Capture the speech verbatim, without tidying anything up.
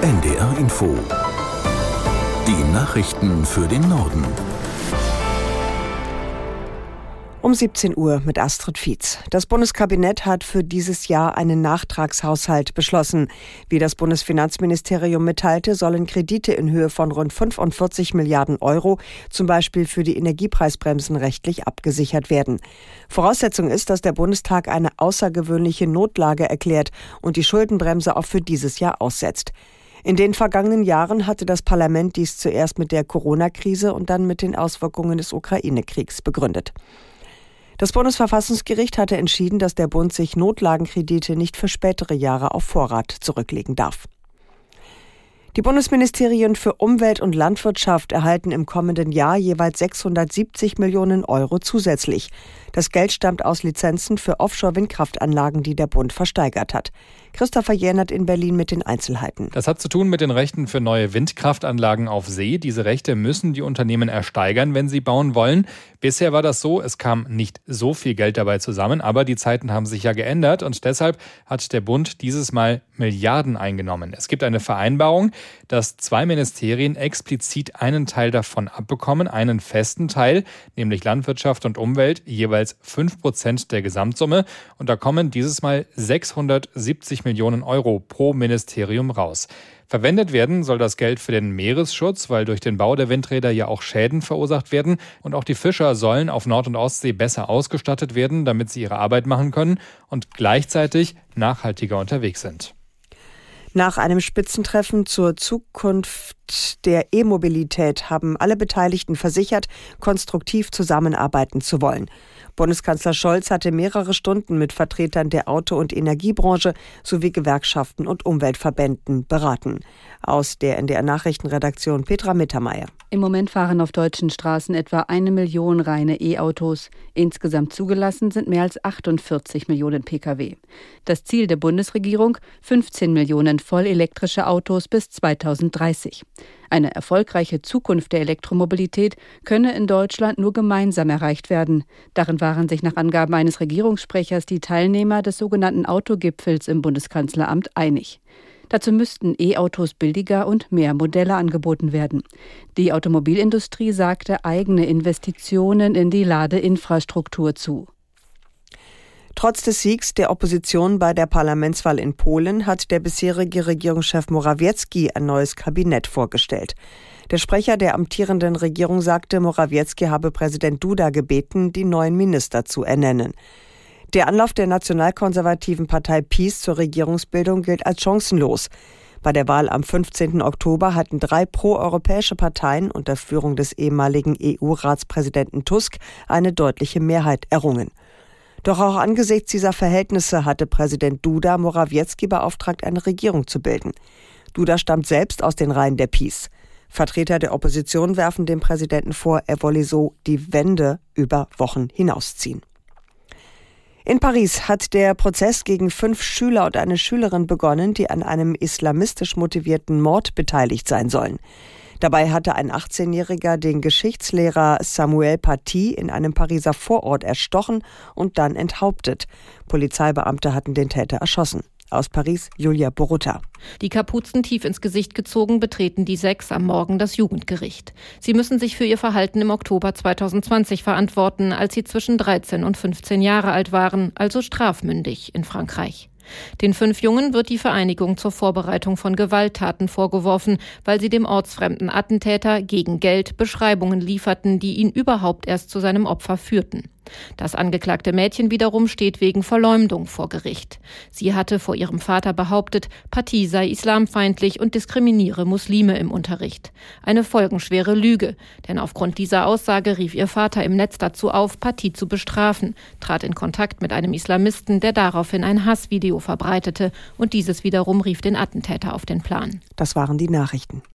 N D R Info. Die Nachrichten für den Norden. Um siebzehn Uhr mit Astrid Fietz. Das Bundeskabinett hat für dieses Jahr einen Nachtragshaushalt beschlossen. Wie das Bundesfinanzministerium mitteilte, sollen Kredite in Höhe von rund fünfundvierzig Milliarden Euro zum Beispiel für die Energiepreisbremsen rechtlich abgesichert werden. Voraussetzung ist, dass der Bundestag eine außergewöhnliche Notlage erklärt und die Schuldenbremse auch für dieses Jahr aussetzt. In den vergangenen Jahren hatte das Parlament dies zuerst mit der Corona-Krise und dann mit den Auswirkungen des Ukraine-Kriegs begründet. Das Bundesverfassungsgericht hatte entschieden, dass der Bund sich Notlagenkredite nicht für spätere Jahre auf Vorrat zurücklegen darf. Die Bundesministerien für Umwelt und Landwirtschaft erhalten im kommenden Jahr jeweils sechshundertsiebzig Millionen Euro zusätzlich. Das Geld stammt aus Lizenzen für Offshore-Windkraftanlagen, die der Bund versteigert hat. Christopher Jähnert in Berlin mit den Einzelheiten. Das hat zu tun mit den Rechten für neue Windkraftanlagen auf See. Diese Rechte müssen die Unternehmen ersteigern, wenn sie bauen wollen. Bisher war das so, es kam nicht so viel Geld dabei zusammen, aber die Zeiten haben sich ja geändert und deshalb hat der Bund dieses Mal Milliarden eingenommen. Es gibt eine Vereinbarung, dass zwei Ministerien explizit einen Teil davon abbekommen, einen festen Teil, nämlich Landwirtschaft und Umwelt, jeweils fünf Prozent der Gesamtsumme. Und da kommen dieses Mal sechshundertsiebzig Millionen Euro pro Ministerium raus. Verwendet werden soll das Geld für den Meeresschutz, weil durch den Bau der Windräder ja auch Schäden verursacht werden. Und auch die Fischer sollen auf Nord- und Ostsee besser ausgestattet werden, damit sie ihre Arbeit machen können und gleichzeitig nachhaltiger unterwegs sind. Nach einem Spitzentreffen zur Zukunft der E-Mobilität haben alle Beteiligten versichert, konstruktiv zusammenarbeiten zu wollen. Bundeskanzler Scholz hatte mehrere Stunden mit Vertretern der Auto- und Energiebranche sowie Gewerkschaften und Umweltverbänden beraten. Aus der N D R-Nachrichtenredaktion Petra Mittermeier. Im Moment fahren auf deutschen Straßen etwa eine Million reine E-Autos. Insgesamt zugelassen sind mehr als achtundvierzig Millionen Pkw. Das Ziel der Bundesregierung: fünfzehn Millionen vollelektrische Autos bis zweitausenddreißig. Eine erfolgreiche Zukunft der Elektromobilität könne in Deutschland nur gemeinsam erreicht werden. Darin waren sich nach Angaben eines Regierungssprechers die Teilnehmer des sogenannten Autogipfels im Bundeskanzleramt einig. Dazu müssten E-Autos billiger und mehr Modelle angeboten werden. Die Automobilindustrie sagte eigene Investitionen in die Ladeinfrastruktur zu. Trotz des Siegs der Opposition bei der Parlamentswahl in Polen hat der bisherige Regierungschef Morawiecki ein neues Kabinett vorgestellt. Der Sprecher der amtierenden Regierung sagte, Morawiecki habe Präsident Duda gebeten, die neuen Minister zu ernennen. Der Anlauf der nationalkonservativen Partei PiS zur Regierungsbildung gilt als chancenlos. Bei der Wahl am fünfzehnten Oktober hatten drei proeuropäische Parteien unter Führung des ehemaligen E U-Ratspräsidenten Tusk eine deutliche Mehrheit errungen. Doch auch angesichts dieser Verhältnisse hatte Präsident Duda Morawiecki beauftragt, eine Regierung zu bilden. Duda stammt selbst aus den Reihen der PiS. Vertreter der Opposition werfen dem Präsidenten vor, er wolle so die Wende über Wochen hinausziehen. In Paris hat der Prozess gegen fünf Schüler und eine Schülerin begonnen, die an einem islamistisch motivierten Mord beteiligt sein sollen. Dabei hatte ein achtzehnjähriger den Geschichtslehrer Samuel Paty in einem Pariser Vorort erstochen und dann enthauptet. Polizeibeamte hatten den Täter erschossen. Aus Paris, Julia Borutta. Die Kapuzen tief ins Gesicht gezogen, betreten die sechs am Morgen das Jugendgericht. Sie müssen sich für ihr Verhalten im Oktober zweitausendzwanzig verantworten, als sie zwischen dreizehn und fünfzehn Jahre alt waren, also strafmündig in Frankreich. Den fünf Jungen wird die Vereinigung zur Vorbereitung von Gewalttaten vorgeworfen, weil sie dem ortsfremden Attentäter gegen Geld Beschreibungen lieferten, die ihn überhaupt erst zu seinem Opfer führten. Das angeklagte Mädchen wiederum steht wegen Verleumdung vor Gericht. Sie hatte vor ihrem Vater behauptet, Paty sei islamfeindlich und diskriminiere Muslime im Unterricht. Eine folgenschwere Lüge, denn aufgrund dieser Aussage rief ihr Vater im Netz dazu auf, Paty zu bestrafen, trat in Kontakt mit einem Islamisten, der daraufhin ein Hassvideo verbreitete und dieses wiederum rief den Attentäter auf den Plan. Das waren die Nachrichten.